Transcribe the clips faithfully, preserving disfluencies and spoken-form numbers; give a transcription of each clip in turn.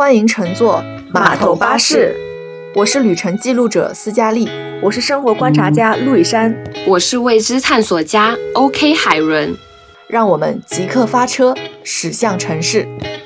欢迎乘坐码头巴士，我是旅程记录者斯嘉丽， 我是生活观察家陆以山， 我是未知探索家 OK 海伦。 让我们即刻发车，驶向城市。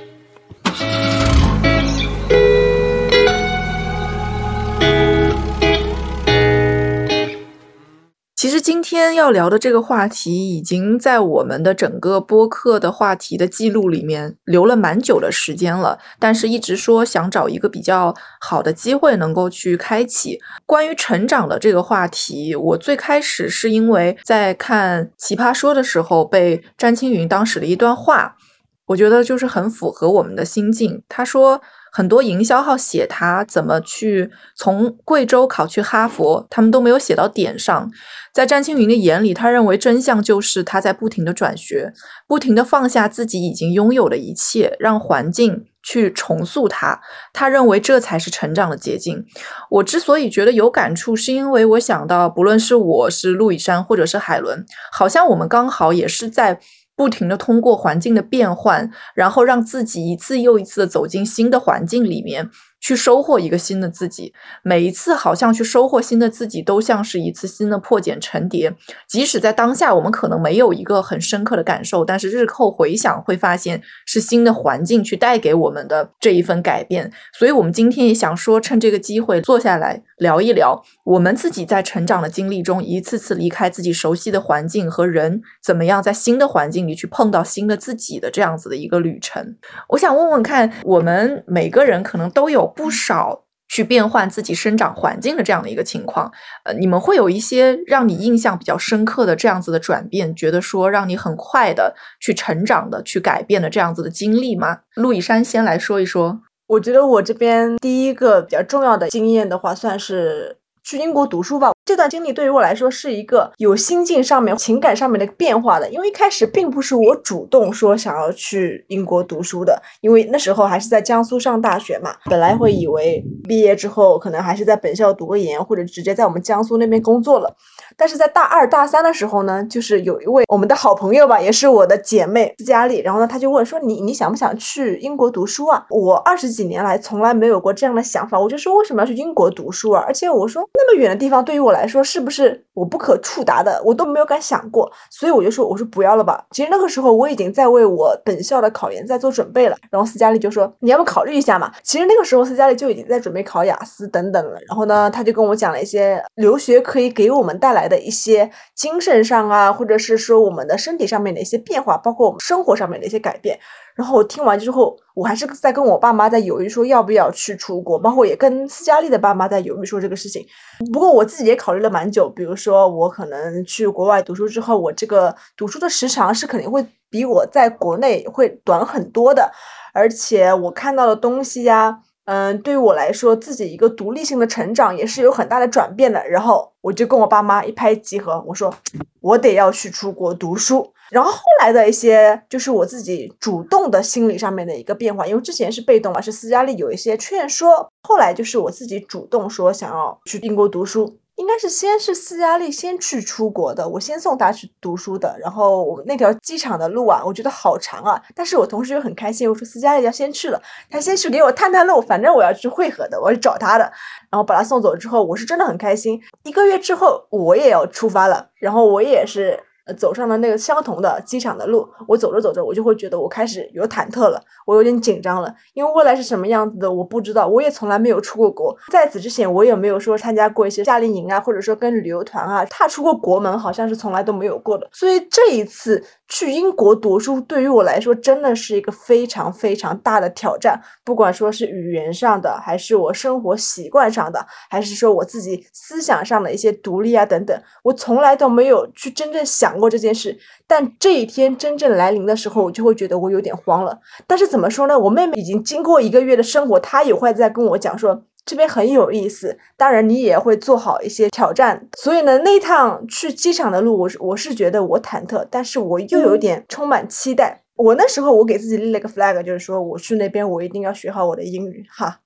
其实今天要聊的这个话题已经在我们的整个播客的话题的记录里面留了蛮久的时间了，但是一直说想找一个比较好的机会能够去开启。关于成长的这个话题，我最开始是因为在看奇葩说的时候被詹青云当时的一段话，我觉得就是很符合我们的心境。他说很多营销号写他怎么去从贵州考去哈佛，他们都没有写到点上。在詹青云的眼里，他认为真相就是他在不停的转学，不停的放下自己已经拥有的一切，让环境去重塑他。他认为这才是成长的捷径。我之所以觉得有感触，是因为我想到不论是我是陆以山或者是海伦，好像我们刚好也是在不停的通过环境的变换，然后让自己一次又一次的走进新的环境里面，去收获一个新的自己。每一次好像去收获新的自己，都像是一次新的破茧成蝶。即使在当下我们可能没有一个很深刻的感受，但是日后回想会发现是新的环境去带给我们的这一份改变。所以我们今天也想说，趁这个机会坐下来聊一聊我们自己在成长的经历中，一次次离开自己熟悉的环境和人，怎么样在新的环境里去碰到新的自己的这样子的一个旅程。我想问问看，我们每个人可能都有不少去变换自己生长环境的这样的一个情况，呃，你们会有一些让你印象比较深刻的这样子的转变，觉得说让你很快的去成长的、去改变的这样子的经历吗？陆以山先来说一说。 我觉得我这边第一个比较重要的经验的话，算是去英国读书吧。这段经历对于我来说是一个有心境上面、情感上面的变化的，因为一开始并不是我主动说想要去英国读书的，因为那时候还是在江苏上大学嘛，本来会以为毕业之后可能还是在本校读个研，或者直接在我们江苏那边工作了。但是在大二大三的时候呢，就是有一位我们的好朋友吧，也是我的姐妹斯嘉丽，然后呢他就问说你你想不想去英国读书啊？我二十几年来从来没有过这样的想法，我就说为什么要去英国读书啊？而且我说那么远的地方对于我来说是不是我不可触达的，我都没有敢想过。所以我就说我说不要了吧。其实那个时候我已经在为我本校的考研在做准备了，然后斯嘉丽就说你要不考虑一下嘛。其实那个时候斯嘉丽就已经在准备考雅思等等了，然后呢他就跟我讲了一些留学可以给我们带来的一些精神上啊，或者是说我们的身体上面的一些变化，包括我们生活上面的一些改变。然后我听完之后，我还是在跟我爸妈在犹豫说要不要去出国，包括也跟斯嘉丽的爸妈在犹豫说这个事情。不过我自己也考虑了蛮久，比如说我可能去国外读书之后，我这个读书的时长是肯定会比我在国内会短很多的，而且我看到的东西呀，嗯，对于我来说自己一个独立性的成长也是有很大的转变的。然后我就跟我爸妈一拍即合，我说我得要去出国读书。然后后来的一些就是我自己主动的心理上面的一个变化，因为之前是被动嘛，是斯嘉丽有一些劝说，后来就是我自己主动说想要去英国读书。应该是先是斯嘉丽先去出国的，我先送她去读书的。然后我那条机场的路啊，我觉得好长啊，但是我同时又很开心，我说斯嘉丽要先去了，她先去给我探探路，反正我要去会合的，我要去找她的。然后把她送走之后，我是真的很开心。一个月之后我也要出发了，然后我也是走上了那个相同的机场的路，我走着走着我就会觉得我开始有忐忑了，我有点紧张了，因为未来是什么样子的我不知道，我也从来没有出过国，在此之前我也没有说参加过一些夏令营啊，或者说跟旅游团啊踏出过国门，好像是从来都没有过的。所以这一次去英国读书对于我来说真的是一个非常非常大的挑战，不管说是语言上的，还是我生活习惯上的，还是说我自己思想上的一些独立啊等等，我从来都没有去真正想过这件事。但这一天真正来临的时候，我就会觉得我有点慌了。但是怎么说呢，我妹妹已经经过一个月的生活，她也会在跟我讲说这边很有意思，当然你也会做好一些挑战。所以呢，那一趟去机场的路，我是我是觉得我忐忑，但是我又有点充满期待。我那时候我给自己立了个 flag， 就是说我去那边我一定要学好我的英语哈，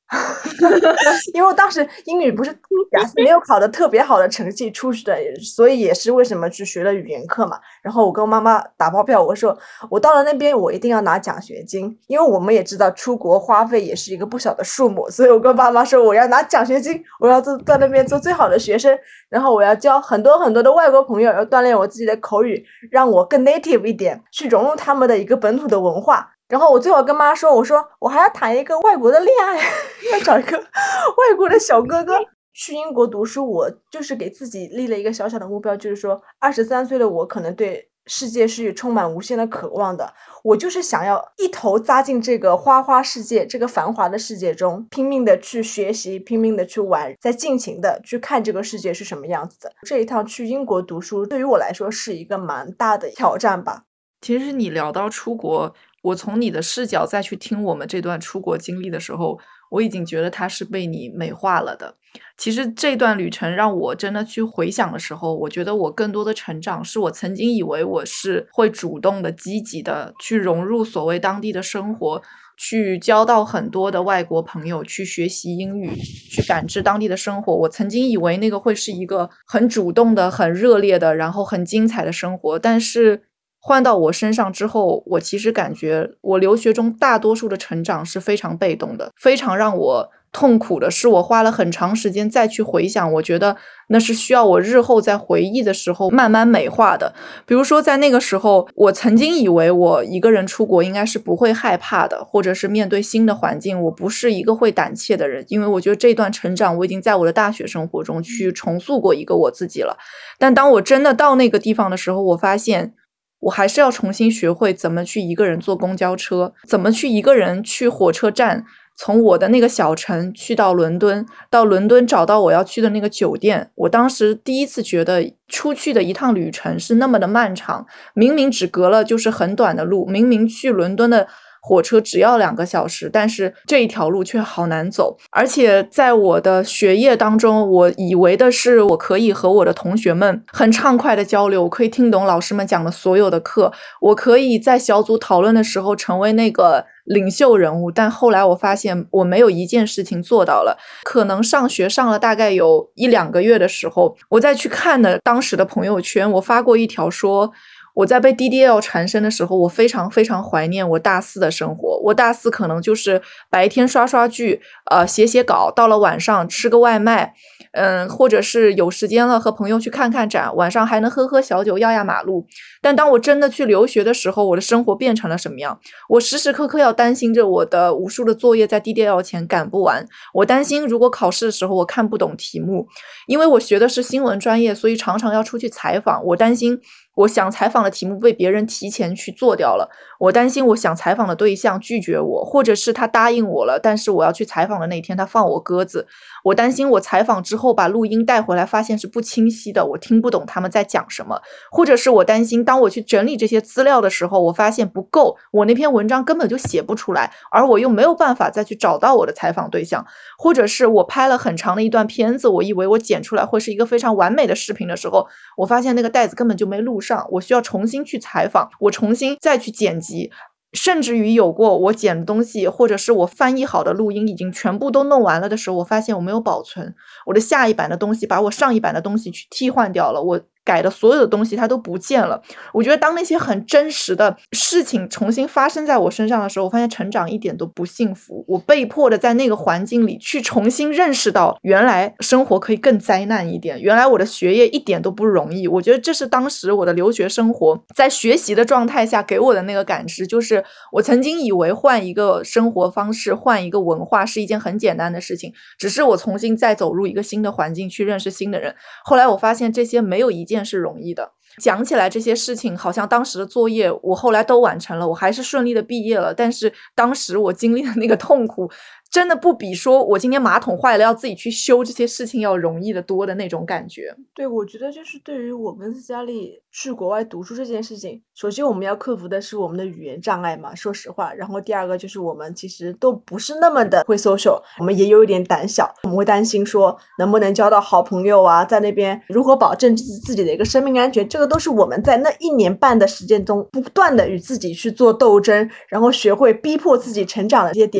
因为我当时英语不是雅思没有考的特别好的成绩出去的，所以也是为什么去学了语言课嘛。然后我跟我妈妈打包票，我说我到了那边我一定要拿奖学金，因为我们也知道出国花费也是一个不小的数目，所以我跟爸妈说我要拿奖学金，我要做在那边做最好的学生，然后我要交很多很多的外国朋友，要锻炼我自己的口语，让我更 native 一点，去融入他们的一个本土的文化。然后我最后跟妈说，我说我还要谈一个外国的恋爱，要找一个外国的小哥哥。去英国读书，我就是给自己立了一个小小的目标，就是说二十三岁的我可能对世界是充满无限的渴望的，我就是想要一头扎进这个花花世界，这个繁华的世界中，拼命的去学习，拼命的去玩，再尽情的去看这个世界是什么样子的。这一趟去英国读书对于我来说是一个蛮大的挑战吧。 其实你聊到出国，我从你的视角再去听我们这段出国经历的时候，我已经觉得它是被你美化了的。其实这段旅程让我真的去回想的时候，我觉得我更多的成长是我曾经以为我是会主动的、积极的去融入所谓当地的生活，去交到很多的外国朋友，去学习英语，去感知当地的生活。我曾经以为那个会是一个很主动的、很热烈的，然后很精彩的生活，但是换到我身上之后，我其实感觉我留学中大多数的成长是非常被动的，非常让我痛苦的是我花了很长时间再去回想，我觉得那是需要我日后在回忆的时候慢慢美化的。比如说在那个时候，我曾经以为我一个人出国应该是不会害怕的，或者是面对新的环境我不是一个会胆怯的人，因为我觉得这段成长我已经在我的大学生活中去重塑过一个我自己了。但当我真的到那个地方的时候，我发现我还是要重新学会怎么去一个人坐公交车，怎么去一个人去火车站，从我的那个小城去到伦敦，到伦敦找到我要去的那个酒店。我当时第一次觉得出去的一趟旅程是那么的漫长，明明只隔了就是很短的路，明明去伦敦的火车只要两个小时，但是这一条路却好难走。而且在我的学业当中，我以为的是我可以和我的同学们很畅快的交流，我可以听懂老师们讲的所有的课，我可以在小组讨论的时候成为那个领袖人物，但后来我发现我没有一件事情做到了。可能上学上了大概有一两个月的时候，我再去看的当时的朋友圈，我发过一条说，我在被 D D L 缠身的时候，我非常非常怀念我大四的生活。我大四可能就是白天刷刷剧，呃，写写稿，到了晚上吃个外卖，嗯，或者是有时间了和朋友去看看展，晚上还能喝喝小酒，压压马路。但当我真的去留学的时候，我的生活变成了什么样？我时时刻刻要担心着我的无数的作业在 D D L 前赶不完，我担心如果考试的时候我看不懂题目，因为我学的是新闻专业，所以常常要出去采访，我担心我想采访的题目被别人提前去做掉了，我担心我想采访的对象拒绝我，或者是他答应我了，但是我要去采访的那天他放我鸽子，我担心我采访之后把录音带回来发现是不清晰的，我听不懂他们在讲什么，或者是我担心当我去整理这些资料的时候，我发现不够，我那篇文章根本就写不出来，而我又没有办法再去找到我的采访对象，或者是我拍了很长的一段片子，我以为我剪出来会是一个非常完美的视频的时候，我发现那个带子根本就没录上，我需要重新去采访，我重新再去剪辑，甚至于有过我剪的东西或者是我翻译好的录音已经全部都弄完了的时候，我发现我没有保存我的下一版的东西，把我上一版的东西去替换掉了，我改的所有的东西它都不见了。我觉得当那些很真实的事情重新发生在我身上的时候，我发现成长一点都不幸福，我被迫的在那个环境里去重新认识到原来生活可以更灾难一点，原来我的学业一点都不容易。我觉得这是当时我的留学生活在学习的状态下给我的那个感知，就是我曾经以为换一个生活方式，换一个文化是一件很简单的事情，只是我重新再走入一个新的环境去认识新的人，后来我发现这些没有一件是容易的。讲起来这些事情好像当时的作业我后来都完成了，我还是顺利的毕业了，但是当时我经历的那个痛苦真的不比说我今天马桶坏了要自己去修这些事情要容易的多的那种感觉。 对，我觉得就是对于我跟斯嘉丽去国外读书这件事情，首先我们要克服的是我们的语言障碍嘛，说实话，然后第二个就是我们其实都不是那么的会 social， 我们也有一点胆小，我们会担心说能不能交到好朋友啊，在那边如何保证自己的一个生命安全，这个都是我们在那一年半的时间中不断的与自己去做斗争，然后学会逼迫自己成长的这些点。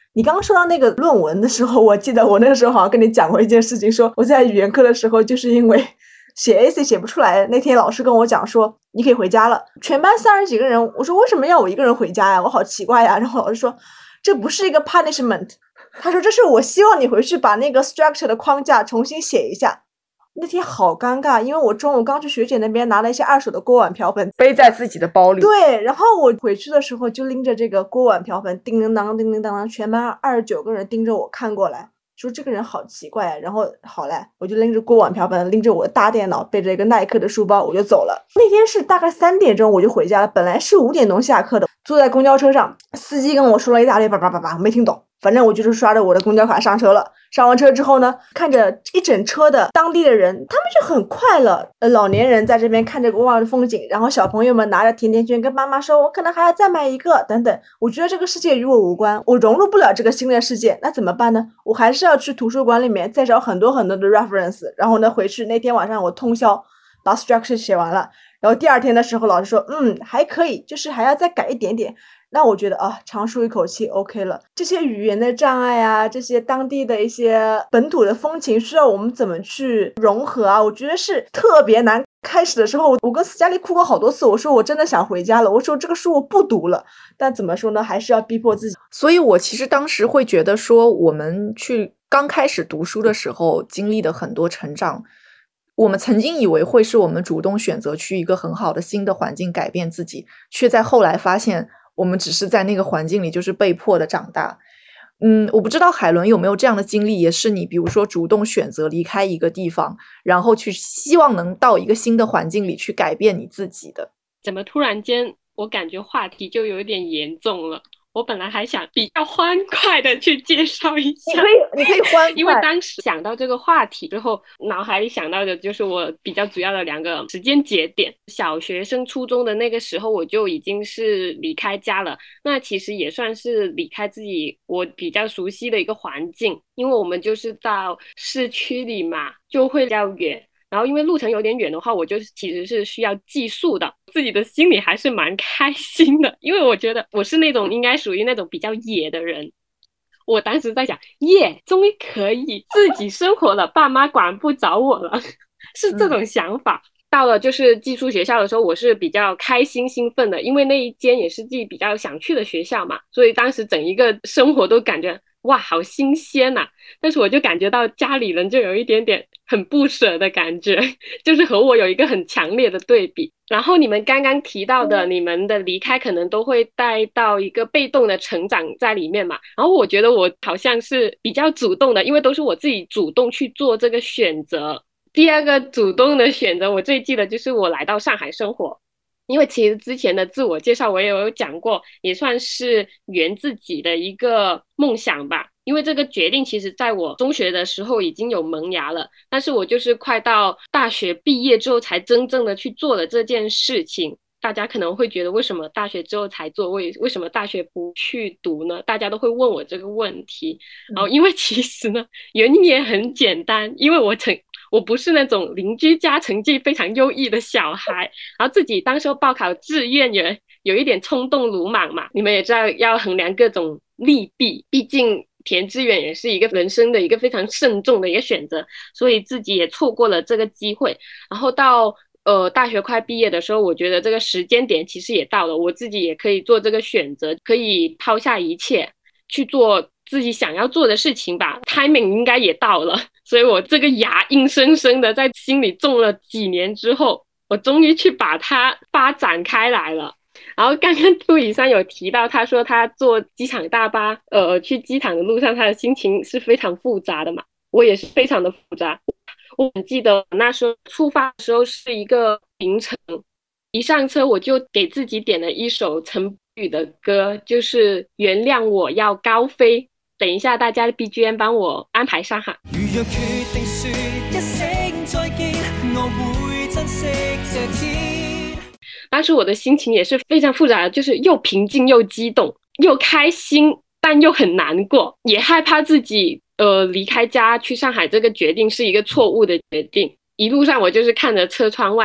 你刚刚说到那个论文的时候，我记得我那个时候好像跟你讲过一件事情，说我在语言课的时候就是因为写 A C 写不出来，那天老师跟我讲说你可以回家了，全班三十几个人，我说为什么要我一个人回家呀？我好奇怪呀。然后老师说这不是一个 punishment， 他说这是我希望你回去把那个 structure 的框架重新写一下。那天好尴尬，因为我中午刚去学姐那边拿了一些二手的锅碗瓢盆， 背在自己的包里。 对，然后我回去的时候就拎着这个锅碗瓢盆，叮叮当叮叮当当，全班二十九个人盯着我看过来，说这个人好奇怪啊。然后好嘞，我就拎着锅碗瓢盆，拎着我的大电脑，背着一个耐克的书包，我就走了。那天是大概三点钟我就回家了，本来是五点钟下课的，坐在公交车上，司机跟我说了一大堆叭叭叭叭，没听懂。反正我就是刷着我的公交卡上车了，上完车之后呢，看着一整车的当地的人，他们就很快乐。呃，老年人在这边看着国外的风景，然后小朋友们拿着甜甜圈跟妈妈说，我可能还要再买一个，等等。我觉得这个世界与我无关，我融入不了这个新的世界，那怎么办呢？我还是要去图书馆里面再找很多很多的 reference， 然后呢，回去那天晚上我通宵把 structure 写完了，然后第二天的时候老师说，嗯，还可以，就是还要再改一点点。那我觉得啊，长舒一口气 OK 了。这些语言的障碍啊，这些当地的一些本土的风情，需要我们怎么去融合啊？我觉得是特别难。开始的时候，我跟斯嘉丽哭过好多次，我说我真的想回家了，我说这个书我不读了。但怎么说呢，还是要逼迫自己。 所以我其实当时会觉得说，我们去刚开始读书的时候经历的很多成长，我们曾经以为会是我们主动选择去一个很好的新的环境改变自己，却在后来发现我们只是在那个环境里就是被迫的长大。嗯，我不知道海伦有没有这样的经历，也是你比如说主动选择离开一个地方，然后去希望能到一个新的环境里去改变你自己的。 怎么突然间我感觉话题就有点严重了？我本来还想比较欢快的去介绍一下， 你可以你可以欢快， 因为当时想到这个话题之后，脑海里想到的就是我比较主要的两个时间节点。小学升初中的那个时候我就已经是离开家了，那其实也算是离开自己我比较熟悉的一个环境，因为我们就是到市区里嘛，就会比较远，然后因为路程有点远的话，我就其实是需要寄宿的，自己的心里还是蛮开心的，因为我觉得我是那种应该属于那种比较野的人。我当时在想，耶，终于可以自己生活了，爸妈管不着我了，是这种想法。嗯，到了就是寄宿学校的时候，我是比较开心兴奋的，因为那一间也是自己比较想去的学校嘛，所以当时整一个生活都感觉哇好新鲜呐。但是我就感觉到家里人就有一点点很不舍的感觉，就是和我有一个很强烈的对比。然后你们刚刚提到的，你们的离开可能都会带到一个被动的成长在里面嘛，然后我觉得我好像是比较主动的，因为都是我自己主动去做这个选择。第二个主动的选择我最记得就是我来到上海生活，因为其实之前的自我介绍我也有讲过，也算是圆自己的一个梦想吧。因为这个决定其实在我中学的时候已经有萌芽了，但是我就是快到大学毕业之后才真正的去做了这件事情。大家可能会觉得为什么大学之后才做，为为什么大学不去读呢？大家都会问我这个问题。然后因为其实呢原因也很简单，因为我成我不是那种邻居家成绩非常优异的小孩，然后自己当时候报考志愿也有一点冲动鲁莽嘛，你们也知道要衡量各种利弊，毕竟填志愿也是一个人生的一个非常慎重的一个选择，所以自己也错过了这个机会。然后到呃大学快毕业的时候，我觉得这个时间点其实也到了，我自己也可以做这个选择，可以抛下一切去做自己想要做的事情吧， timing 应该也到了。所以我这个芽硬生生的在心里种了几年之后，我终于去把它发展开来了。然后刚刚杜以山有提到，他说他坐机场大巴呃，去机场的路上他的心情是非常复杂的嘛，我也是非常的复杂。我很记得那时候出发的时候是一个凌晨，一上车我就给自己点了一首陈宇的歌，就是原谅我要高飞。等一下大家的 B G M 帮我安排上哈。如若決定說一聲再見，我會珍惜這天。當時我的心情也是非常複雜的，就是又平靜又激動，又開心但又很難過，也害怕自己呃離開家去上海這個決定是一個錯誤的決定。一路上我就是看着車窗外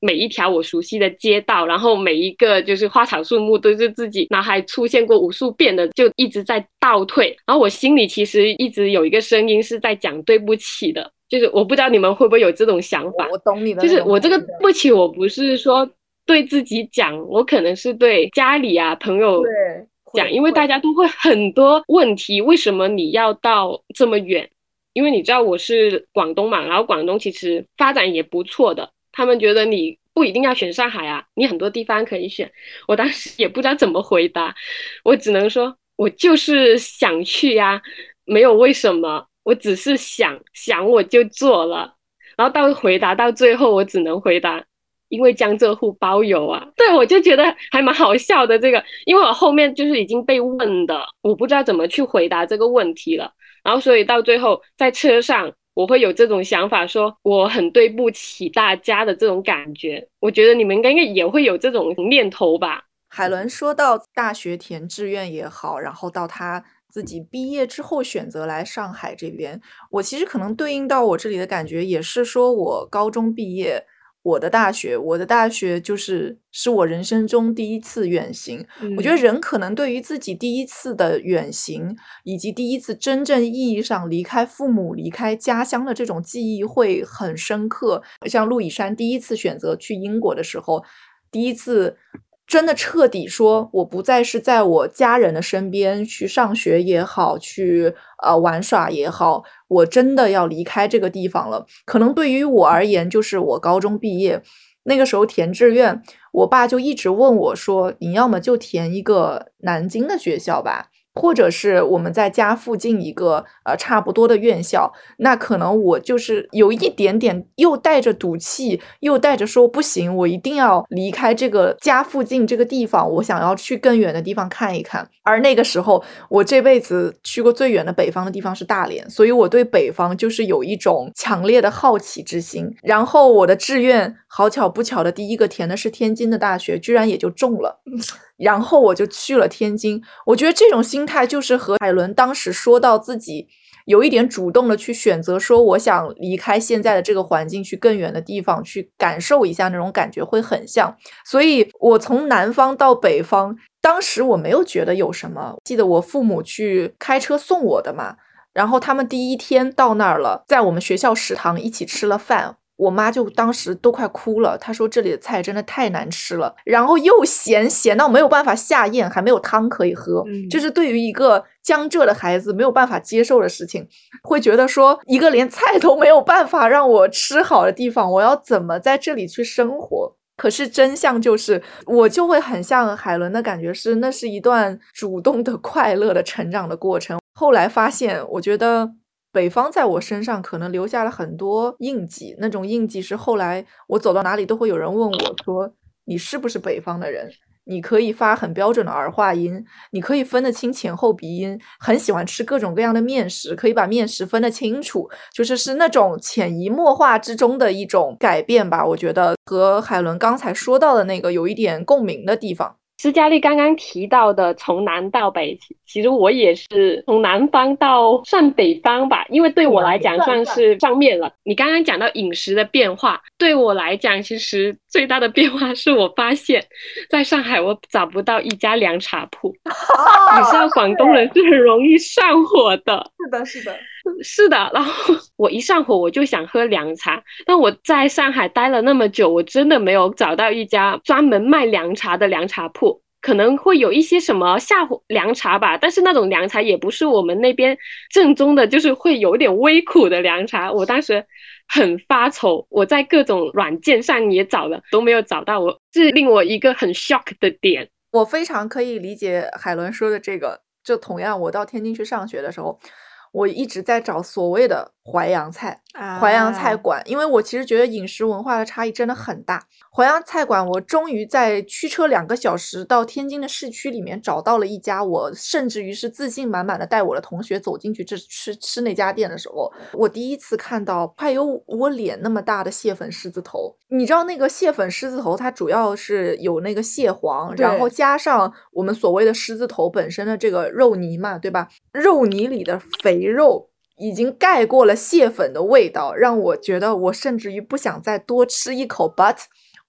每一条我熟悉的街道，然后每一个就是花草树木都是自己脑海出现过无数遍的，就一直在倒退。然后我心里其实一直有一个声音是在讲对不起的，就是我不知道你们会不会有这种想法。 我懂你的， 就是我这个对不起，我不是说对自己讲，我可能是对家里啊朋友讲，因为大家都会很多问题，为什么你要到这么远？因为你知道我是广东嘛，然后广东其实发展也不错的，他们觉得你不一定要选上海啊，你很多地方可以选。我当时也不知道怎么回答，我只能说我就是想去呀，没有为什么，我只是想想我就做了。然后到回答到最后，我只能回答因为江浙沪包邮啊。对，我就觉得还蛮好笑的这个，因为我后面就是已经被问的，我不知道怎么去回答这个问题了。然后所以到最后在车上我会有这种想法，说我很对不起大家的这种感觉。我觉得你们应该也会有这种念头吧。 海伦说到大学填志愿也好，然后到他自己毕业之后选择来上海这边，我其实可能对应到我这里的感觉也是说，我高中毕业，我的大学我的大学就是是我人生中第一次远行、嗯、我觉得人可能对于自己第一次的远行以及第一次真正意义上离开父母离开家乡的这种记忆会很深刻。像陆以山第一次选择去英国的时候，第一次真的彻底说我不再是在我家人的身边去上学也好，去呃玩耍也好，我真的要离开这个地方了。可能对于我而言，就是我高中毕业那个时候填志愿，我爸就一直问我说，你要么就填一个南京的学校吧，或者是我们在家附近一个呃差不多的院校。那可能我就是有一点点又带着赌气，又带着说不行，我一定要离开这个家附近这个地方，我想要去更远的地方看一看。而那个时候我这辈子去过最远的北方的地方是大连，所以我对北方就是有一种强烈的好奇之心。然后我的志愿好巧不巧的第一个填的是天津的大学，居然也就中了，然后我就去了天津。我觉得这种心态就是和海伦当时说到自己有一点主动的去选择说我想离开现在的这个环境去更远的地方去感受一下那种感觉会很像。所以我从南方到北方，当时我没有觉得有什么，记得我父母去开车送我的嘛，然后他们第一天到那儿了，在我们学校食堂一起吃了饭，我妈就当时都快哭了，她说这里的菜真的太难吃了，然后又咸咸到没有办法下咽，还没有汤可以喝、嗯、这是对于一个江浙的孩子没有办法接受的事情，会觉得说一个连菜都没有办法让我吃好的地方，我要怎么在这里去生活。可是真相就是我就会很像海伦的感觉是，那是一段主动的快乐的成长的过程。后来发现我觉得北方在我身上可能留下了很多印记，那种印记是后来我走到哪里都会有人问我说你是不是北方的人，你可以发很标准的儿化音，你可以分得清前后鼻音，很喜欢吃各种各样的面食，可以把面食分得清楚，就是是那种潜移默化之中的一种改变吧。我觉得和海伦刚才说到的那个有一点共鸣的地方。 施佳丽刚刚提到的从南到北，其实我也是从南方到算北方吧，因为对我来讲算是上面了。你刚刚讲到饮食的变化，对我来讲其实最大的变化是我发现在上海我找不到一家凉茶铺、哦、你知道广东人是很容易上火的。 是的是的是的，然后我一上火我就想喝凉茶，但我在上海待了那么久，我真的没有找到一家专门卖凉茶的凉茶铺。可能会有一些什么下火凉茶吧，但是那种凉茶也不是我们那边正宗的，就是会有点微苦的凉茶。我当时很发愁，我在各种软件上也找了，都没有找到，我是令我一个很 shock 的点。 我非常可以理解海伦说的这个，就同样我到天津去上学的时候，我一直在找所谓的淮扬菜、啊、淮扬菜馆，因为我其实觉得饮食文化的差异真的很大。淮扬菜馆我终于在驱车两个小时到天津的市区里面找到了一家，我甚至于是自信满满的带我的同学走进去吃吃吃那家店的时候，我第一次看到快有我脸那么大的蟹粉狮子头。你知道那个蟹粉狮子头它主要是有那个蟹黄，然后加上我们所谓的狮子头本身的这个肉泥嘛，对吧？肉泥里的肥肉已经盖过了蟹粉的味道，让我觉得我甚至于不想再多吃一口 but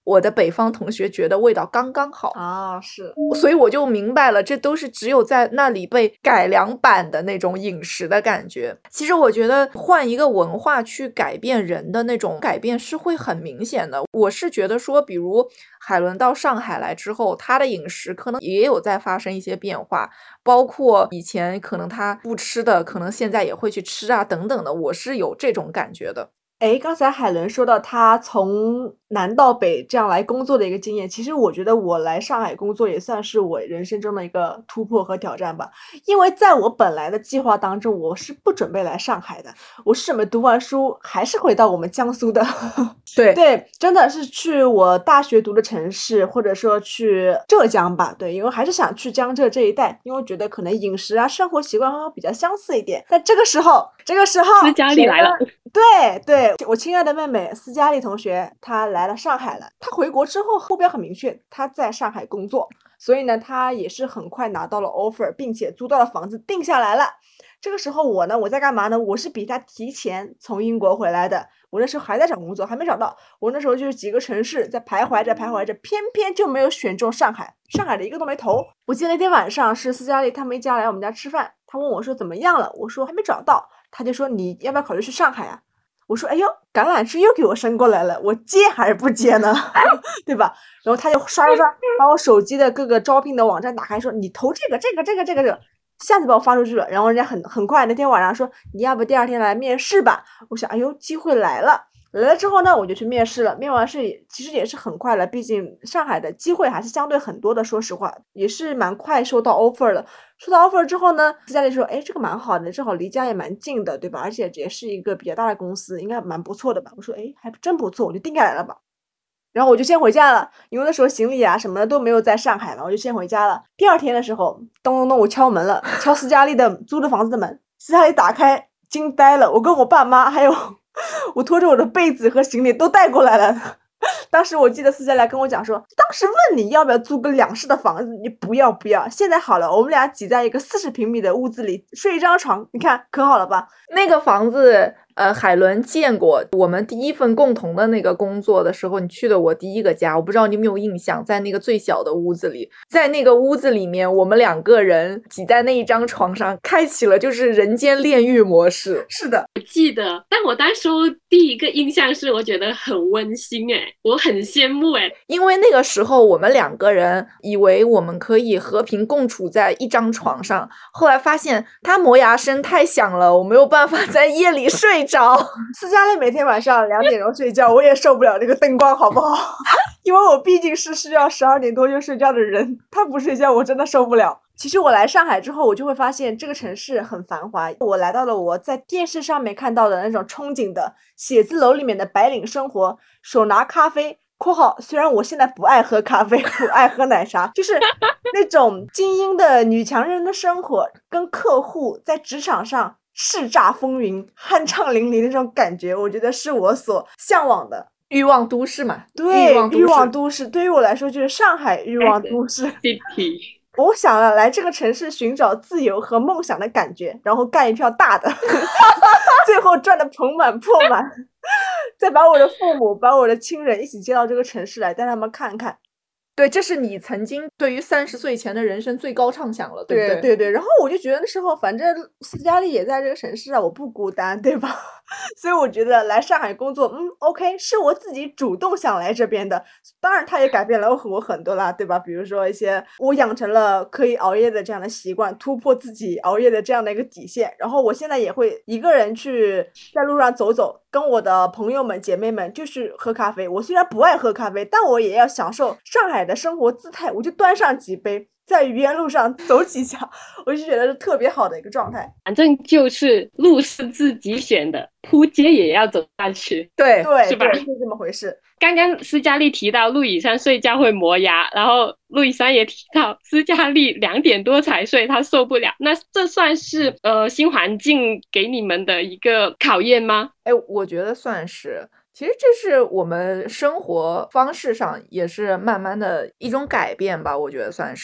我的北方同学觉得味道刚刚好啊，是， 所以我就明白了，这都是只有在那里被改良版的那种饮食的感觉。其实我觉得换一个文化去改变人的那种改变是会很明显的。我是觉得说，比如海伦到上海来之后，他的饮食可能也有在发生一些变化，包括以前可能他不吃的，可能现在也会去吃啊，等等的，我是有这种感觉的。 哎，刚才海伦说到他从南到北这样来工作的一个经验，其实我觉得我来上海工作也算是我人生中的一个突破和挑战吧。因为在我本来的计划当中，我是不准备来上海的，我是准备读完书还是回到我们江苏的。 对对，真的是去我大学读的城市，或者说去浙江吧。对，因为还是想去江浙这一带，因为觉得可能饮食啊、生活习惯比较相似一点。但这个时候，这个时候， 斯嘉丽来了。 对对，我亲爱的妹妹斯嘉丽同学，她来了上海了。她回国之后目标很明确，她在上海工作，所以呢，她也是很快拿到了 offer， 并且租到了房子，定下来了。这个时候我呢，我在干嘛呢？我是比她提前从英国回来的。我那时候还在找工作，还没找到。我那时候就是几个城市在徘徊着，徘徊着，偏偏就没有选中上海。上海的一个都没投。我记得那天晚上是斯嘉丽他们一家来我们家吃饭，他问我说怎么样了，我说还没找到。他就说你要不要考虑去上海啊？我说哎呦，橄榄枝又给我伸过来了，我接还是不接呢？对吧？然后他就刷刷刷把我手机的各个招聘的网站打开，说你投这个这个这个这个这个，一下子把我发出去了。然后人家很很快那天晚上说你要不第二天来面试吧？我想哎呦，机会来了。来了之后呢，我就去面试了。面完试其实也是很快了，毕竟上海的机会还是相对很多的。说实话，也是蛮快收到 offer 了。收到 offer 之后呢，斯嘉丽说：“哎，这个蛮好的，正好离家也蛮近的，对吧？而且也是一个比较大的公司，应该蛮不错的吧？”我说：“哎，还真不错，我就定下来了吧。”然后我就先回家了，因为那时候行李啊什么的都没有在上海嘛，我就先回家了。第二天的时候，咚咚咚，我敲门了，敲斯嘉丽的租的房子的门。斯嘉丽打开，惊呆了，我跟我爸妈还有。我拖着我的被子和行李都带过来了。当时我记得斯嘉丽跟我讲说，当时问你要不要租个两室的房子，你不要不要。现在好了，我们俩挤在一个四十平米的屋子里睡一张床，你看可好了吧？ 那个房子，呃，海伦见过。我们第一份共同的那个工作的时候，你去的我第一个家，我不知道你有没有印象，在那个最小的屋子里，在那个屋子里面，我们两个人挤在那一张床上，开启了就是人间炼狱模式。 是的， 我记得，但我当时第一个印象是，我觉得很温馨诶，我很羡慕诶， 因为那个时候我们两个人以为我们可以和平共处在一张床上，后来发现他磨牙声太响了，我没有办法在夜里睡着。 斯嘉丽每天晚上两点钟睡觉，我也受不了这个灯光，好不好？因为我毕竟是需要十二点多就睡觉的人，他不睡觉我真的受不了。其实我来上海之后，我就会发现这个城市很繁华。我来到了我在电视上面看到的那种憧憬的写字楼里面的白领生活，手拿咖啡（括号虽然我现在不爱喝咖啡，不爱喝奶茶），就是那种精英的女强人的生活，跟客户在职场上叱咤风云、酣畅淋漓那种感觉，我觉得是我所向往的。 欲望都市嘛， 对， 欲望都市， 欲望都市对于我来说就是上海欲望都市。 City。 我想了来这个城市寻找自由和梦想的感觉，然后干一票大的，最后赚得盆满钵满，再把我的父母、把我的亲人一起接到这个城市来，带他们看看。 对，这是你曾经对于三十岁前的人生最高畅想了，对不对？ 对对对，然后我就觉得那时候反正斯嘉丽也在这个城市啊，我不孤单，对吧？所以我觉得来上海工作，嗯 ，OK， 是我自己主动想来这边的。当然，它也改变了我很多啦，对吧？比如说一些我养成了可以熬夜的这样的习惯，突破自己熬夜的这样的一个底线。然后我现在也会一个人去在路上走走，跟我的朋友们、姐妹们就是喝咖啡。我虽然不爱喝咖啡，但我也要享受上海的生活姿态，我就端上几杯。在愚园路上走几下，我就觉得是特别好的一个状态。 反正就是路是自己选的，扑街也要走下去。 对对， 是吧？ 是这么回事。 刚刚斯嘉丽提到路易珊睡觉会磨牙，然后路易珊也提到斯嘉丽两点多才睡，她受不了。那这算是呃新环境给你们的一个考验吗？ 哎，我觉得算是。其实这是我们生活方式上也是慢慢的一种改变吧，我觉得算是。 应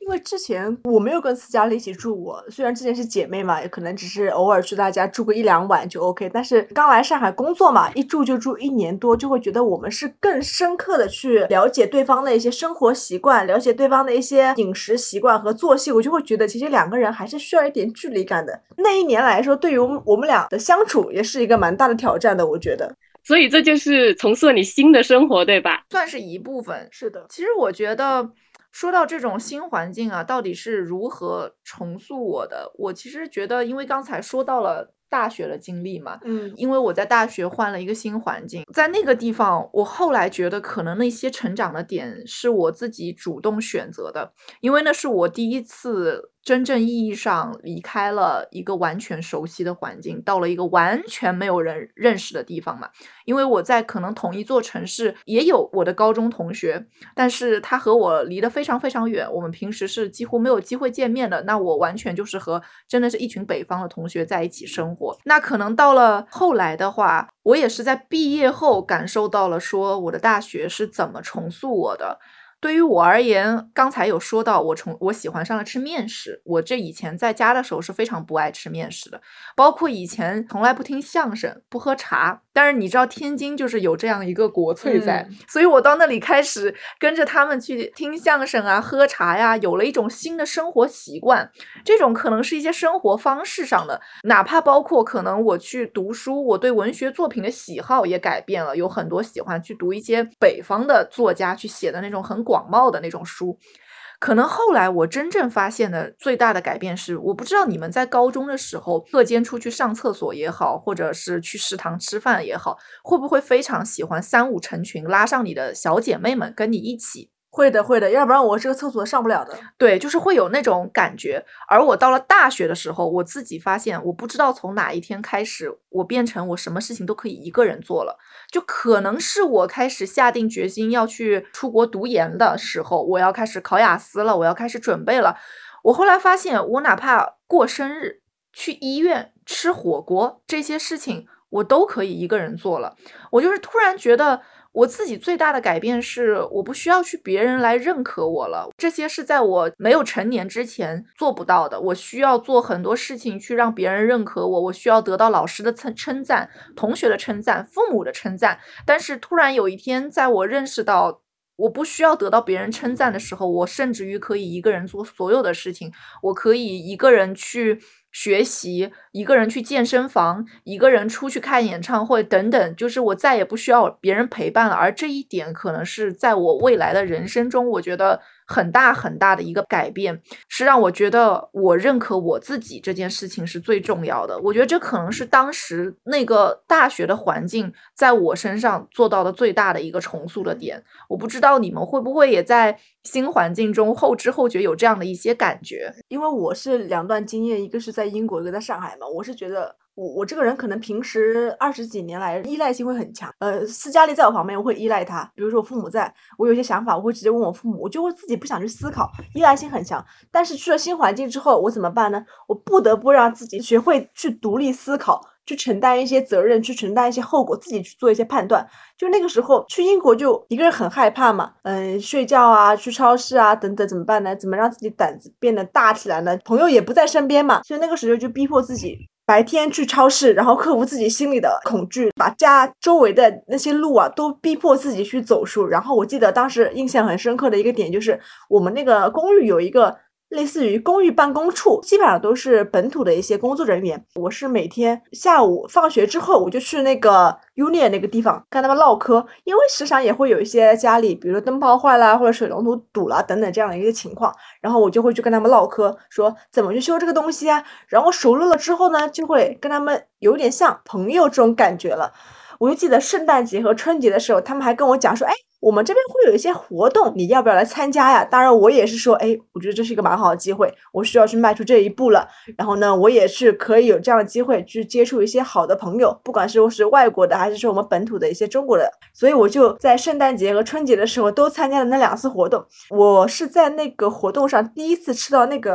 因为之前我没有跟斯嘉丽一起住过，虽然之前是姐妹嘛，也可能只是偶尔去大家住个一两晚就 OK， 但是刚来上海工作嘛，一住就住一年多，就会觉得我们是更深刻的去了解对方的一些生活习惯，了解对方的一些饮食习惯和作息，我就会觉得其实两个人还是需要一点距离感的。那一年来说，对于我们我们俩的相处也是一个蛮大的挑战的，我觉得。 所以这就是重塑你新的生活，对吧？ 算是一部分。 是的， 其实我觉得说到这种新环境啊，到底是如何重塑我的？我其实觉得，因为刚才说到了大学的经历嘛， 嗯， 因为我在大学换了一个新环境，在那个地方，我后来觉得可能那些成长的点是我自己主动选择的，因为那是我第一次真正意义上离开了一个完全熟悉的环境，到了一个完全没有人认识的地方嘛。因为我在可能同一座城市也有我的高中同学，但是他和我离得非常非常远，我们平时是几乎没有机会见面的。那我完全就是和真的是一群北方的同学在一起生活。那可能到了后来的话，我也是在毕业后感受到了说我的大学是怎么重塑我的。对于我而言，刚才有说到我从我喜欢上了吃面食，我这以前在家的时候是非常不爱吃面食的，包括以前从来不听相声，不喝茶。但是你知道天津就是有这样一个国粹在， 嗯、 所以我到那里开始跟着他们去听相声啊，喝茶呀，有了一种新的生活习惯。这种可能是一些生活方式上的，哪怕包括可能我去读书，我对文学作品的喜好也改变了，有很多喜欢去读一些北方的作家去写的那种很广袤的那种书。可能后来我真正发现的最大的改变是，我不知道你们在高中的时候课间出去上厕所也好，或者是去食堂吃饭也好，会不会非常喜欢三五成群拉上你的小姐妹们跟你一起？ 会的会的，要不然我这个厕所上不了的。 对，就是会有那种感觉。而我到了大学的时候，我自己发现，我不知道从哪一天开始，我变成我什么事情都可以一个人做了。就可能是我开始下定决心要去出国读研的时候，我要开始考雅思了，我要开始准备了。我后来发现，我哪怕过生日、去医院、吃火锅这些事情，我都可以一个人做了。我就是突然觉得我自己最大的改变是，我不需要去别人来认可我了。这些是在我没有成年之前做不到的。我需要做很多事情去让别人认可我，我需要得到老师的称称赞、同学的称赞、父母的称赞。但是突然有一天，在我认识到我不需要得到别人称赞的时候，我甚至于可以一个人做所有的事情。我可以一个人去学习，一个人去健身房，一个人出去看演唱会等等，就是我再也不需要别人陪伴了。而这一点可能是在我未来的人生中，我觉得很大很大的一个改变，是让我觉得我认可我自己这件事情是最重要的。我觉得这可能是当时那个大学的环境在我身上做到的最大的一个重塑的点。我不知道你们会不会也在新环境中后知后觉有这样的一些感觉。 因为我是两段经验，一个是在英国，一个在上海嘛。我是觉得我我这个人可能平时二十几年来依赖性会很强。呃，斯嘉丽在我旁边，我会依赖他。比如说我父母在，我有些想法，我会直接问我父母，我就会自己不想去思考，依赖性很强。但是去了新环境之后，我怎么办呢？我不得不让自己学会去独立思考，去承担一些责任，去承担一些后果，自己去做一些判断。就那个时候去英国就一个人很害怕嘛，嗯、呃，睡觉啊，去超市啊等等，怎么办呢？怎么让自己胆子变得大起来呢？朋友也不在身边嘛，所以那个时候就逼迫自己白天去超市，然后克服自己心里的恐惧，把家周围的那些路啊都逼迫自己去走出。然后我记得当时印象很深刻的一个点就是，我们那个公寓有一个类似于公寓办公处，基本上都是本土的一些工作人员。我是每天下午放学之后，我就去那个 Union 那个地方跟他们唠嗑，因为时常也会有一些家里，比如说灯泡坏啦，或者水龙头堵啦等等这样的一个情况，然后我就会去跟他们唠嗑，说怎么去修这个东西啊。然后熟络了之后呢，就会跟他们有点像朋友这种感觉了。我就记得圣诞节和春节的时候，他们还跟我讲说，哎，我们这边会有一些活动，你要不要来参加呀？当然我也是说，哎，我觉得这是一个蛮好的机会，我需要去迈出这一步了。然后呢，我也是可以有这样的机会去接触一些好的朋友，不管是是外国的还是说我们本土的一些中国的。所以我就在圣诞节和春节的时候都参加了那两次活动。我是在那个活动上第一次吃到那个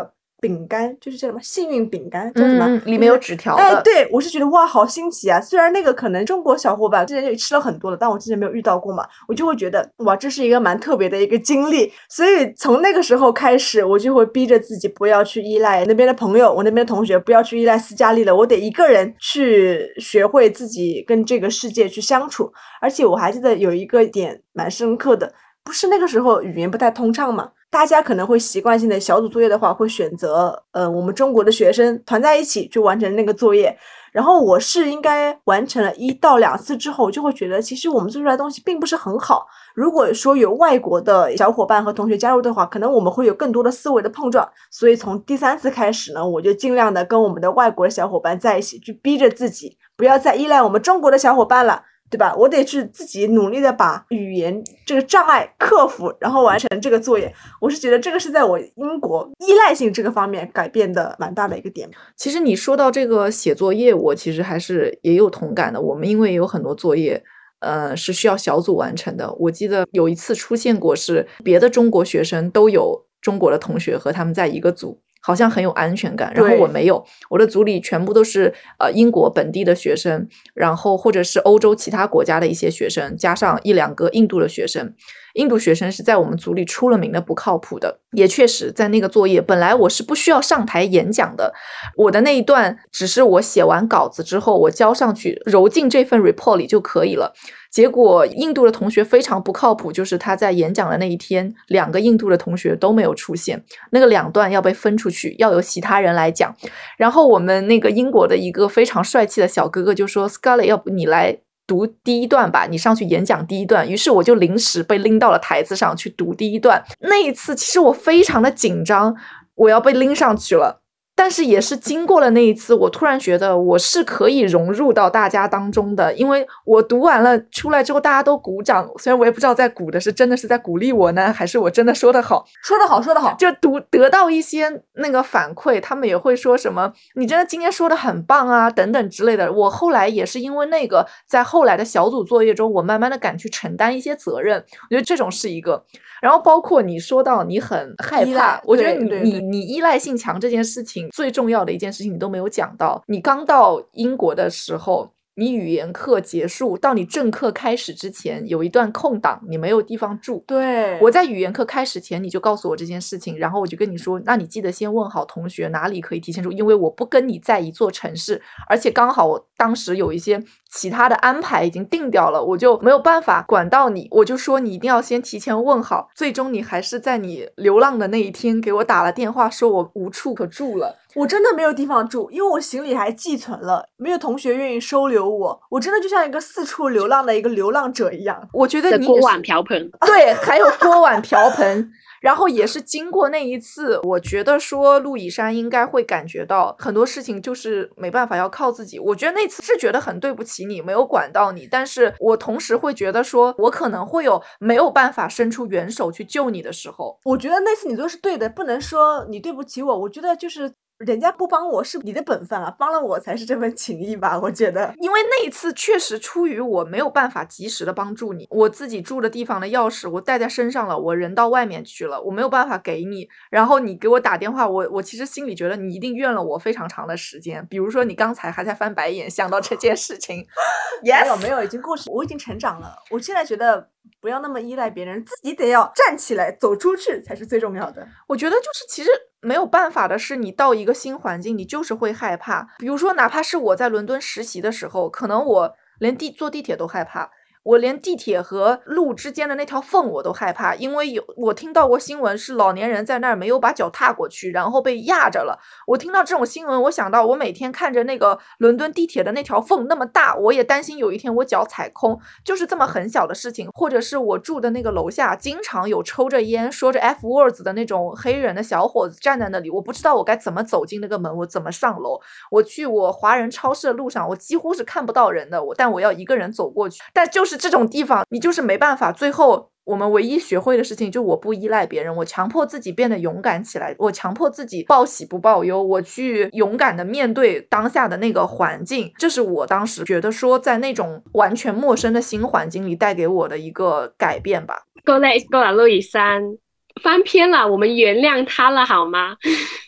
饼干，就是叫什么幸运饼干，叫什么、 嗯、里面有纸条的。 哎，对，我是觉得哇，好新奇啊！虽然那个可能中国小伙伴之前就吃了很多了，但我之前没有遇到过嘛，我就会觉得哇，这是一个蛮特别的一个经历。所以从那个时候开始，我就会逼着自己不要去依赖那边的朋友，我那边的同学，不要去依赖斯嘉丽了，我得一个人去学会自己跟这个世界去相处。而且我还记得有一个点蛮深刻的，不是那个时候语言不太通畅嘛，大家可能会习惯性的小组作业的话，会选择呃我们中国的学生团在一起去完成那个作业。然后我是应该完成了一到两次之后，就会觉得其实我们做出来的东西并不是很好。如果说有外国的小伙伴和同学加入的话，可能我们会有更多的思维的碰撞。所以从第三次开始呢，我就尽量的跟我们的外国的小伙伴在一起，去逼着自己不要再依赖我们中国的小伙伴了。对吧？我得去自己努力的把语言这个障碍克服，然后完成这个作业。我是觉得这个是在我英国依赖性这个方面改变的蛮大的一个点。 其实你说到这个写作业，我其实还是也有同感的。我们因为有很多作业呃，是需要小组完成的。我记得有一次出现过是别的中国学生都有中国的同学和他们在一个组，好像很有安全感，然后我没有，我的组里全部都是呃英国本地的学生，然后或者是欧洲其他国家的一些学生，加上一两个印度的学生。印度学生是在我们组里出了名的不靠谱的，也确实在那个作业本来我是不需要上台演讲的，我的那一段只是我写完稿子之后我交上去揉进这份 report 里就可以了。结果印度的同学非常不靠谱，就是他在演讲的那一天两个印度的同学都没有出现，那个两段要被分出去，要由其他人来讲。然后我们那个英国的一个非常帅气的小哥哥就说 Scarlett 要不你来读第一段吧，你上去演讲第一段。于是我就临时被拎到了台子上去读第一段。那一次其实我非常的紧张，我要被拎上去了，但是也是经过了那一次，我突然觉得我是可以融入到大家当中的，因为我读完了出来之后大家都鼓掌，虽然我也不知道在鼓的是真的是在鼓励我呢，还是我真的说得好， 说得好说得好， 就读得到一些那个反馈，他们也会说什么你真的今天说得很棒啊等等之类的。我后来也是因为那个在后来的小组作业中，我慢慢的敢去承担一些责任，我觉得这种是一个。然后包括你说到你很害怕，我觉得你你你依赖性强这件事情最重要的一件事情你都没有讲到。你刚到英国的时候，你语言课结束到你正课开始之前有一段空档，你没有地方住。 对， 我在语言课开始前你就告诉我这件事情，然后我就跟你说，那你记得先问好同学哪里可以提前住，因为我不跟你在一座城市，而且刚好我当时有一些其他的安排已经定掉了，我就没有办法管到你，我就说你一定要先提前问好。最终你还是在你流浪的那一天给我打了电话，说我无处可住了。 我真的没有地方住，因为我行李还寄存了，没有同学愿意收留我，我真的就像一个四处流浪的一个流浪者一样。 我觉得你锅碗瓢盆， 对，还有锅碗瓢盆。然后也是经过那一次，我觉得说陆以山应该会感觉到很多事情就是没办法要靠自己。我觉得那次是觉得很对不起你，没有管到你，但是我同时会觉得说我可能会有没有办法伸出援手去救你的时候。 我觉得那次你做的是对的，不能说你对不起我，我觉得就是人家不帮我是你的本分啊，帮了我才是这份情谊吧，我觉得。 因为那一次确实出于我没有办法及时的帮助你，我自己住的地方的钥匙我带在身上了，我人到外面去了，我没有办法给你，然后你给我打电话，我我其实心里觉得你一定怨了我非常长的时间，比如说你刚才还在翻白眼想到这件事情yes 没有没有，已经过去，我已经成长了，我现在觉得不要那么依赖别人，自己得要站起来走出去才是最重要的。 我觉得就是其实没有办法的是，你到一个新环境你就是会害怕。比如说哪怕是我在伦敦实习的时候，可能我连地坐地铁都害怕，我连地铁和路之间的那条缝我都害怕，因为有我听到过新闻是老年人在那儿没有把脚踏过去，然后被压着了。我听到这种新闻，我想到我每天看着那个伦敦地铁的那条缝那么大，我也担心有一天我脚踩空，就是这么很小的事情。或者是我住的那个楼下经常有抽着烟说着 F words 的那种黑人的小伙子站在那里，我不知道我该怎么走进那个门，我怎么上楼。我去我华人超市的路上我几乎是看不到人的，我但我要一个人走过去。但就是这种地方你就是没办法，最后我们唯一学会的事情就我不依赖别人，我强迫自己变得勇敢起来，我强迫自己报喜不报忧，我去勇敢的面对当下的那个环境。这是我当时觉得说在那种完全陌生的新环境里带给我的一个改变吧。 够了够了，路易珊翻篇了，我们原谅他了好吗？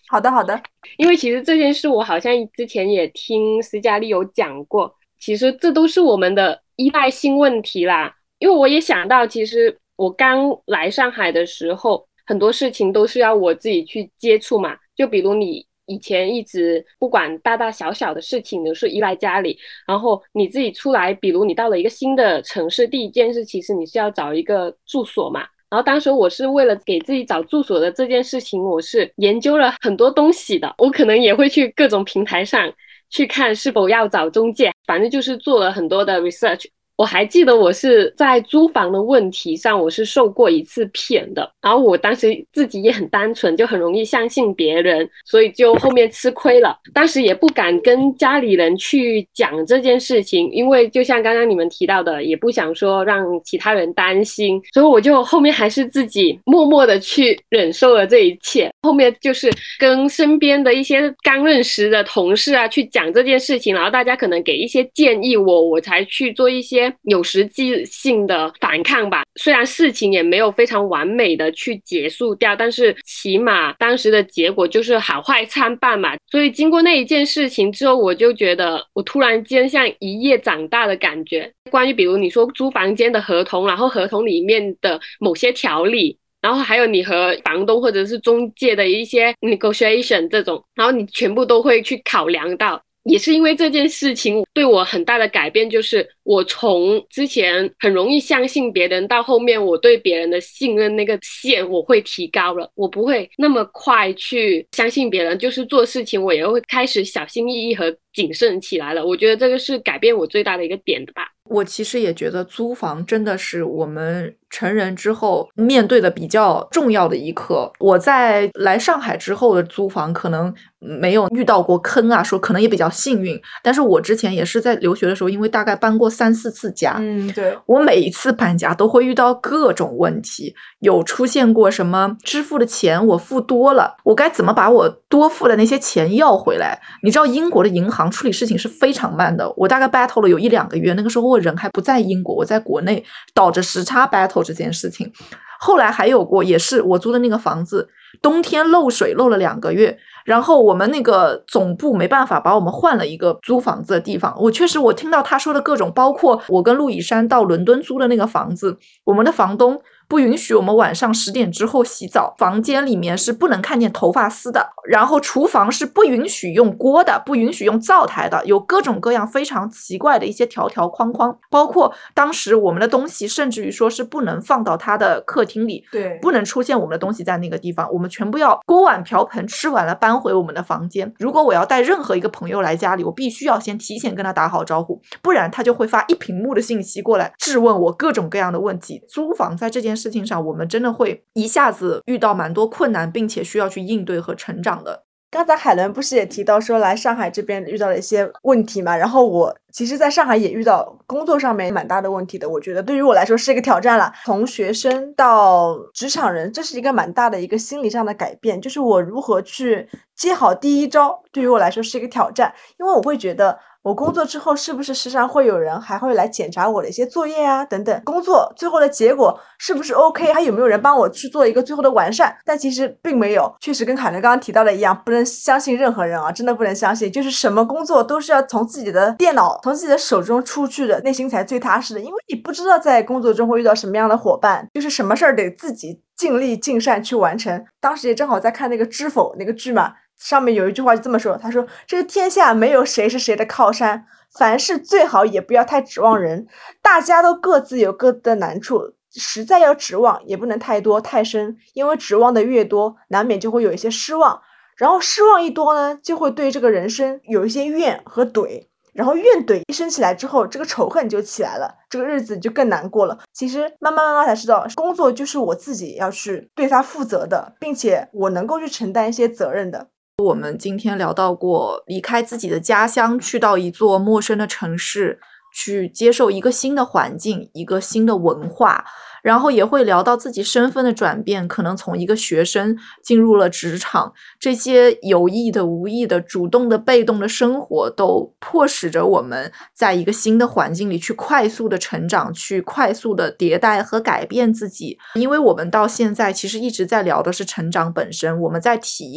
好的好的。 因为其实这件事我好像之前也听斯嘉丽有讲过，其实这都是我们的依赖性问题啦。因为我也想到，其实我刚来上海的时候，很多事情都是要我自己去接触嘛，就比如你以前一直不管大大小小的事情都是依赖家里，然后你自己出来，比如你到了一个新的城市，第一件事其实你是要找一个住所嘛。然后当时我是为了给自己找住所的这件事情，我是研究了很多东西的。我可能也会去各种平台上去看是否要找中介，反正就是做了很多的 research。我还记得我是在租房的问题上，我是受过一次骗的。然后我当时自己也很单纯，就很容易相信别人，所以就后面吃亏了。当时也不敢跟家里人去讲这件事情，因为就像刚刚你们提到的，也不想说让其他人担心，所以我就后面还是自己默默的去忍受了这一切。后面就是跟身边的一些刚认识的同事啊去讲这件事情，然后大家可能给一些建议我，我才去做一些有实际性的反抗吧。虽然事情也没有非常完美的去结束掉，但是起码当时的结果就是好坏参半嘛。所以经过那一件事情之后，我就觉得我突然间像一夜长大的感觉。关于比如你说租房间的合同，然后合同里面的某些条例，然后还有你和房东或者是中介的一些 negotiation 这种，然后你全部都会去考量到。也是因为这件事情对我很大的改变，就是我从之前很容易相信别人，到后面我对别人的信任那个线我会提高了，我不会那么快去相信别人，就是做事情我也会开始小心翼翼和谨慎起来了。我觉得这个是改变我最大的一个点的吧。 我其实也觉得租房真的是我们成人之后面对的比较重要的一课。我在来上海之后的租房可能没有遇到过坑啊，说可能也比较幸运，但是我之前也是在留学的时候，因为大概搬过三四次家， 嗯，对， 我每一次搬家都会遇到各种问题，有出现过什么支付的钱我付多了，我该怎么把我多付的那些钱要回来。你知道英国的银行处理事情是非常慢的，我大概 battle 了有一两个月，那个时候我人还不在英国，我在国内倒着时差 battle 这件事情。后来还有过，也是我租的那个房子冬天漏水漏了两个月，然后我们那个总部没办法把我们换了一个租房子的地方。我确实我听到他说的各种，包括我跟陆以山到伦敦租的那个房子，我们的房东不允许我们晚上十点之后洗澡，房间里面是不能看见头发丝的，然后厨房是不允许用锅的，不允许用灶台的，有各种各样非常奇怪的一些条条框框，包括当时我们的东西甚至于说是不能放到他的客厅里， 对， 不能出现我们的东西在那个地方，我们全部要锅碗瓢盆吃完了搬回我们的房间。如果我要带任何一个朋友来家里，我必须要先提前跟他打好招呼，不然他就会发一屏幕的信息过来质问我各种各样的问题。租房在这件事情上，我们真的会一下子遇到蛮多困难，并且需要去应对和成长的。 刚才海伦不是也提到说来上海这边遇到了一些问题嘛，然后我其实在上海也遇到工作上面蛮大的问题的，我觉得对于我来说是一个挑战了。从学生到职场人，这是一个蛮大的一个心理上的改变，就是我如何去接好第一招，对于我来说是一个挑战。因为我会觉得我工作之后是不是时常会有人还会来检查我的一些作业啊等等，工作最后的结果是不是 OK， 还有没有人帮我去做一个最后的完善。但其实并没有，确实跟海伦刚刚提到的一样，不能相信任何人啊，真的不能相信，就是什么工作都是要从自己的电脑从自己的手中出去的，内心才最踏实的。因为你不知道在工作中会遇到什么样的伙伴，就是什么事儿得自己尽力尽善去完成。当时也正好在看那个知否那个剧嘛，上面有一句话就这么说，他说这个天下没有谁是谁的靠山，凡事最好也不要太指望人，大家都各自有各自的难处，实在要指望也不能太多太深，因为指望的越多难免就会有一些失望，然后失望一多呢就会对这个人生有一些怨和怼，然后怨怼一升起来之后，这个仇恨就起来了，这个日子就更难过了。其实慢慢慢慢才知道，工作就是我自己要去对它负责的，并且我能够去承担一些责任的。 我们今天聊到过离开自己的家乡，去到一座陌生的城市，去接受一个新的环境，一个新的文化，然后也会聊到自己身份的转变，可能从一个学生进入了职场，这些有意的无意的主动的被动的生活都迫使着我们在一个新的环境里去快速的成长，去快速的迭代和改变自己。因为我们到现在其实一直在聊的是成长本身，我们在体验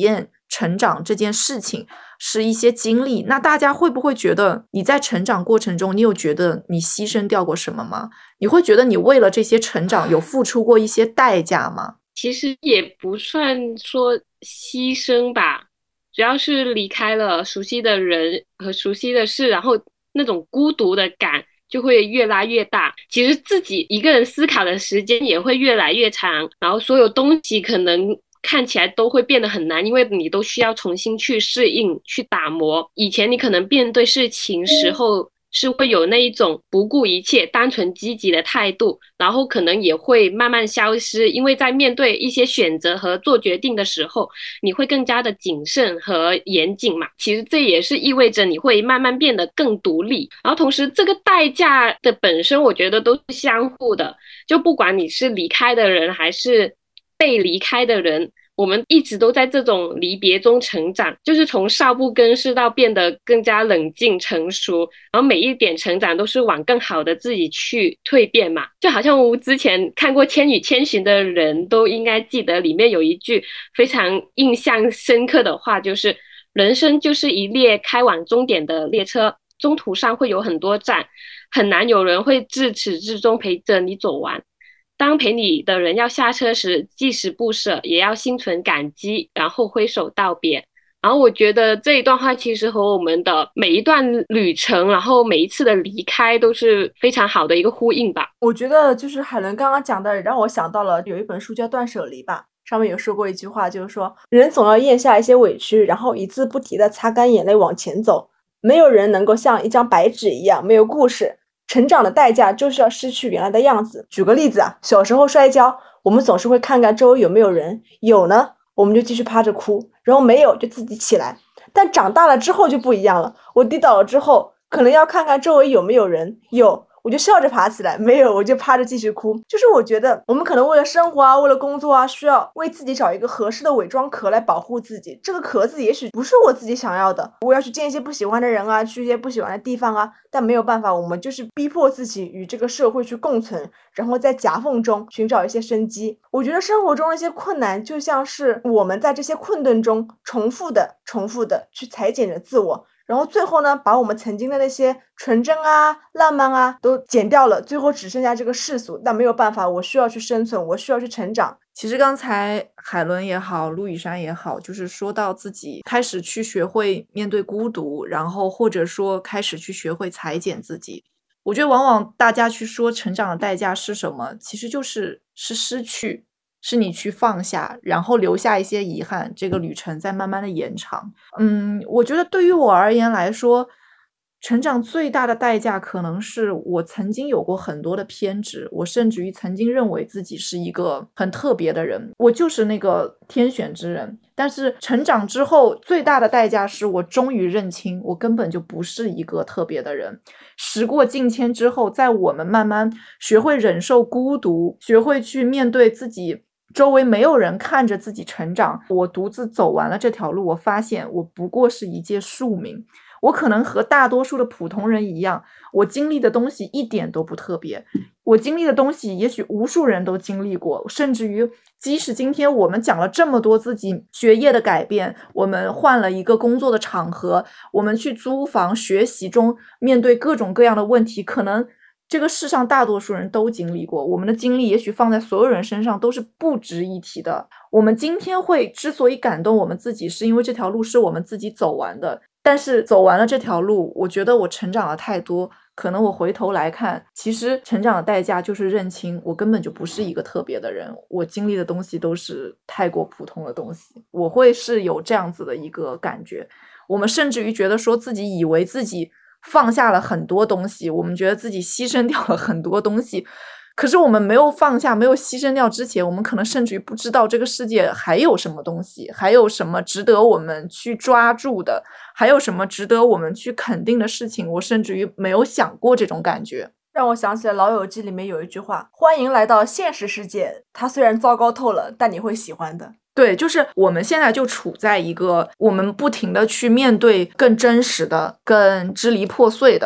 成长这件事情是一些经历，那大家会不会觉得你在成长过程中，你有觉得你牺牲掉过什么吗？你会觉得你为了这些成长有付出过一些代价吗？ 其实也不算说牺牲吧，主要是离开了熟悉的人和熟悉的事，然后那种孤独的感就会越拉越大。其实自己一个人思考的时间也会越来越长，然后所有东西可能看起来都会变得很难，因为你都需要重新去适应、去打磨。以前你可能面对事情时候是会有那一种不顾一切、单纯积极的态度，然后可能也会慢慢消失，因为在面对一些选择和做决定的时候，你会更加的谨慎和严谨嘛。其实这也是意味着你会慢慢变得更独立，然后同时这个代价的本身，我觉得都是相互的，就不管你是离开的人还是被离开的人，我们一直都在这种离别中成长，就是从少不更事到变得更加冷静成熟，然后每一点成长都是往更好的自己去蜕变嘛。就好像我之前看过《千与千寻》的人都应该记得，里面有一句非常印象深刻的话，就是人生就是一列开往终点的列车，中途上会有很多站，很难有人会自始至终陪着你走完。当陪你的人要下车时，即使不舍，也要心存感激，然后挥手道别。然后我觉得这一段话其实和我们的每一段旅程，然后每一次的离开都是非常好的一个呼应吧。 我觉得就是海伦刚刚讲的，让我想到了有一本书叫《断舍离》吧，上面有说过一句话，就是说人总要咽下一些委屈，然后一字不提的擦干眼泪往前走。没有人能够像一张白纸一样没有故事。成长的代价就是要失去原来的样子。举个例子啊，小时候摔跤，我们总是会看看周围有没有人，有呢，我们就继续趴着哭，然后没有就自己起来。但长大了之后就不一样了，我跌倒了之后，可能要看看周围有没有人，有我就笑着爬起来，没有我就趴着继续哭。就是我觉得我们可能为了生活啊，为了工作啊，需要为自己找一个合适的伪装壳来保护自己。这个壳子也许不是我自己想要的，我要去见一些不喜欢的人啊，去一些不喜欢的地方啊，但没有办法，我们就是逼迫自己与这个社会去共存，然后在夹缝中寻找一些生机。我觉得生活中的一些困难就像是我们在这些困顿中重复的重复的去裁剪着自我，然后最后呢，把我们曾经的那些纯真啊、浪漫啊都剪掉了，最后只剩下这个世俗。但没有办法，我需要去生存，我需要去成长。 其实刚才海伦也好，陆羽山也好，就是说到自己开始去学会面对孤独，然后或者说开始去学会裁剪自己。我觉得往往大家去说成长的代价是什么，其实就是是失去，是你去放下，然后留下一些遗憾，这个旅程在慢慢的延长。嗯，我觉得对于我而言来说，成长最大的代价可能是我曾经有过很多的偏执，我甚至于曾经认为自己是一个很特别的人，我就是那个天选之人。但是成长之后最大的代价是我终于认清我根本就不是一个特别的人。时过境迁之后，在我们慢慢学会忍受孤独，学会去面对自己周围没有人看着自己成长，我独自走完了这条路，我发现我不过是一介庶民。我可能和大多数的普通人一样，我经历的东西一点都不特别，我经历的东西也许无数人都经历过，甚至于即使今天我们讲了这么多自己学业的改变，我们换了一个工作的场合，我们去租房学习中面对各种各样的问题，可能这个世上大多数人都经历过，我们的经历也许放在所有人身上都是不值一提的。我们今天会之所以感动我们自己，是因为这条路是我们自己走完的，但是走完了这条路，我觉得我成长了太多，可能我回头来看，其实成长的代价就是认清我根本就不是一个特别的人，我经历的东西都是太过普通的东西，我会是有这样子的一个感觉。我们甚至于觉得说自己以为自己放下了很多东西，我们觉得自己牺牲掉了很多东西，可是我们没有放下，没有牺牲掉之前，我们可能甚至于不知道这个世界还有什么东西，还有什么值得我们去抓住的，还有什么值得我们去肯定的事情，我甚至于没有想过这种感觉。 让我想起了《老友记》里面有一句话，欢迎来到现实世界，它虽然糟糕透了，但你会喜欢的。 对，就是我们现在就处在一个我们不停的去面对更真实的、更支离破碎的，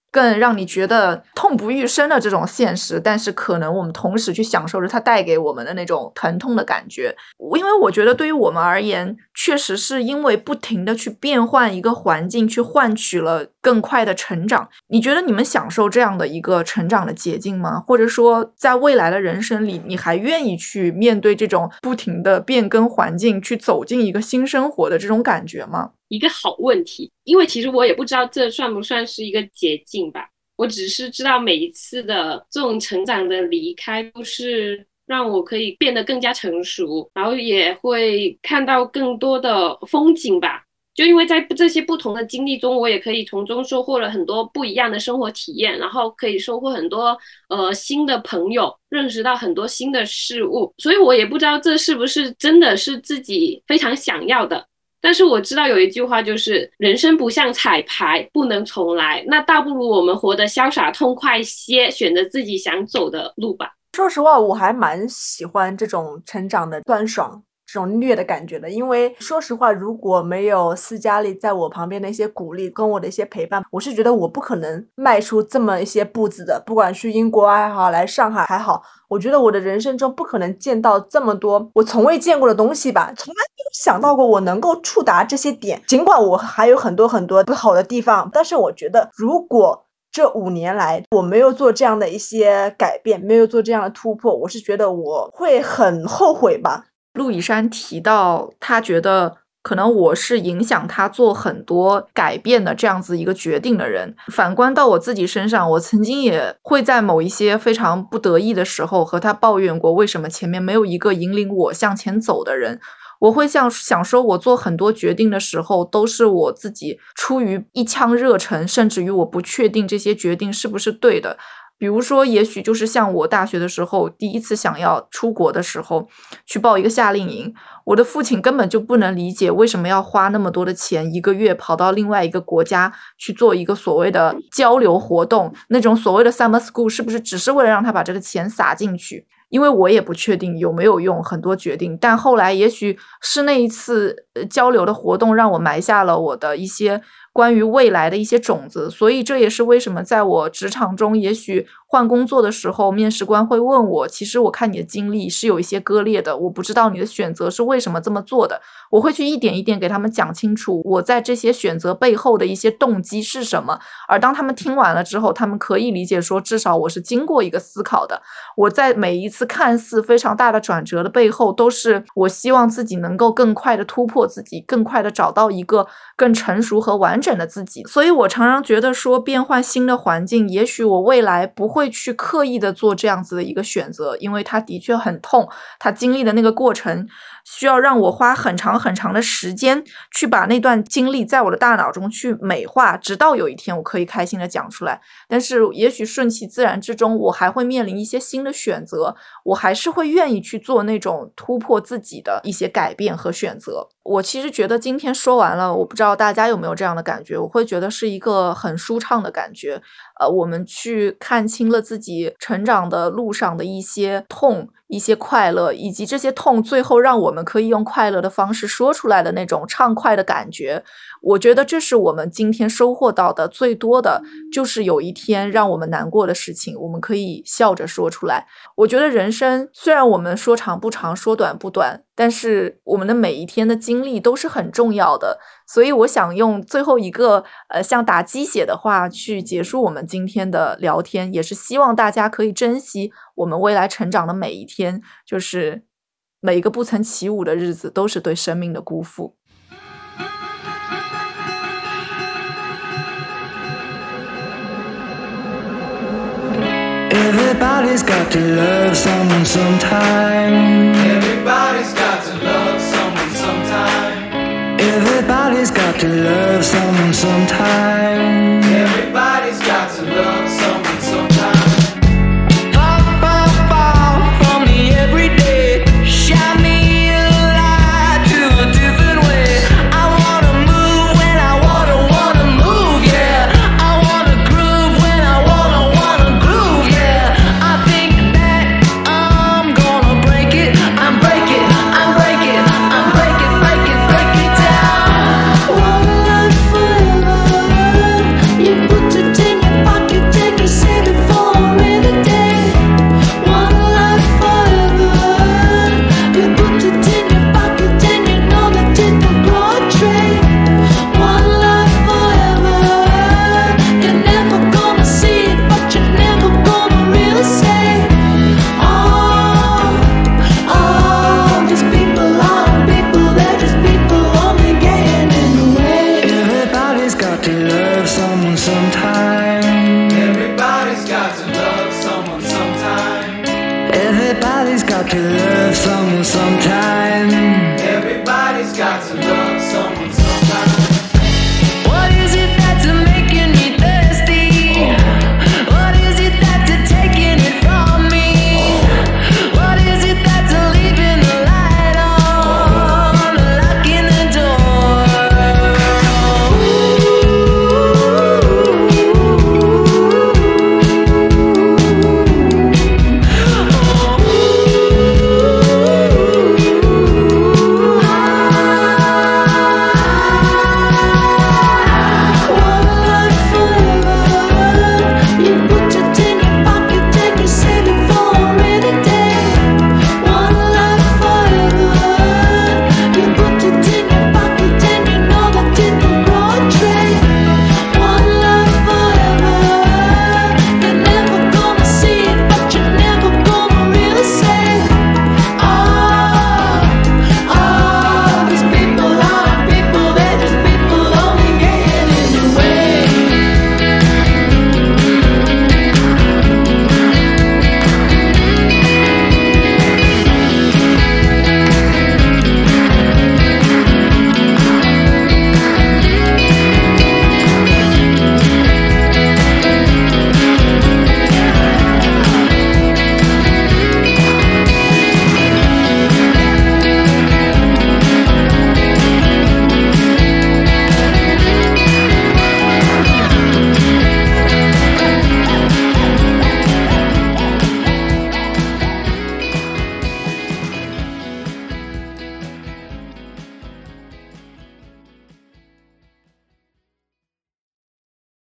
更让你觉得痛不欲生的这种现实，但是可能我们同时去享受着它带给我们的那种疼痛的感觉。因为我觉得对于我们而言，确实是因为不停的去变换一个环境，去换取了更快的成长。你觉得你们享受这样的一个成长的捷径吗？或者说在未来的人生里，你还愿意去面对这种不停的变更环境，去走进一个新生活的这种感觉吗？ 一个好问题，因为其实我也不知道这算不算是一个捷径吧，我只是知道每一次的这种成长的离开都是让我可以变得更加成熟，然后也会看到更多的风景吧。就因为在这些不同的经历中，我也可以从中收获了很多不一样的生活体验，然后可以收获很多呃新的朋友，认识到很多新的事物，所以我也不知道这是不是真的是自己非常想要的。但是我知道有一句话，就是人生不像彩排，不能重来，那倒不如我们活得潇洒痛快些，选择自己想走的路吧。 说实话，我还蛮喜欢这种成长的酸爽，这种虐的感觉的。因为说实话，如果没有斯嘉丽在我旁边的一些鼓励跟我的一些陪伴，我是觉得我不可能迈出这么一些步子的。不管去英国还好，来上海还好，我觉得我的人生中不可能见到这么多我从未见过的东西吧，从来没有想到过我能够触达这些点。尽管我还有很多很多不好的地方，但是我觉得如果这五年来我没有做这样的一些改变，没有做这样的突破，我是觉得我会很后悔吧。 陆以山提到他觉得可能我是影响他做很多改变的这样子一个决定的人。反观到我自己身上，我曾经也会在某一些非常不得意的时候和他抱怨过，为什么前面没有一个引领我向前走的人。我会想想说我做很多决定的时候都是我自己出于一腔热忱，甚至于我不确定这些决定是不是对的。比如说也许就是像我大学的时候第一次想要出国的时候去报一个夏令营，我的父亲根本就不能理解为什么要花那么多的钱一个月跑到另外一个国家去做一个所谓的交流活动，那种所谓的 summer school 是不是只是为了让他把这个钱撒进去。因为我也不确定有没有用很多决定，但后来也许是那一次交流的活动让我埋下了我的一些关于未来的一些种子。所以这也是为什么在我职场中也许换工作的时候面试官会问我，其实我看你的经历是有一些割裂的，我不知道你的选择是为什么这么做的。我会去一点一点给他们讲清楚我在这些选择背后的一些动机是什么，而当他们听完了之后，他们可以理解说至少我是经过一个思考的。我在每一次看似非常大的转折的背后，都是我希望自己能够更快的突破自己，更快的找到一个更成熟和完整的自己。所以我常常觉得说变换新的环境，也许我未来不会去刻意的做这样子的一个选择，因为它的确很痛，它经历的那个过程需要让我花很长很长的时间去把那段经历在我的大脑中去美化，直到有一天我可以开心的讲出来。但是也许顺其自然之中，我还会面临一些新的选择，我还是会愿意去做那种突破自己的一些改变和选择。我其实觉得今天说完了，我不知道大家有没有这样的感觉，我会觉得是一个很舒畅的感觉。呃，我们去看清了自己成长的路上的一些痛，一些快乐，以及这些痛最后让我们可以用快乐的方式说出来的那种畅快的感觉。我觉得这是我们今天收获到的最多的，就是有一天让我们难过的事情我们可以笑着说出来。我觉得人生虽然我们说长不长说短不短，但是我们的每一天的经历都是很重要的。所以我想用最后一个呃像打鸡血的话去结束我们今天的聊天，也是希望大家可以珍惜我们未来成长的每一天，就是每一个不曾起舞的日子都是对生命的辜负。 Everybody's got to love someone sometime. Everybody's got to love someone sometime. Everybody's got to love someone sometime.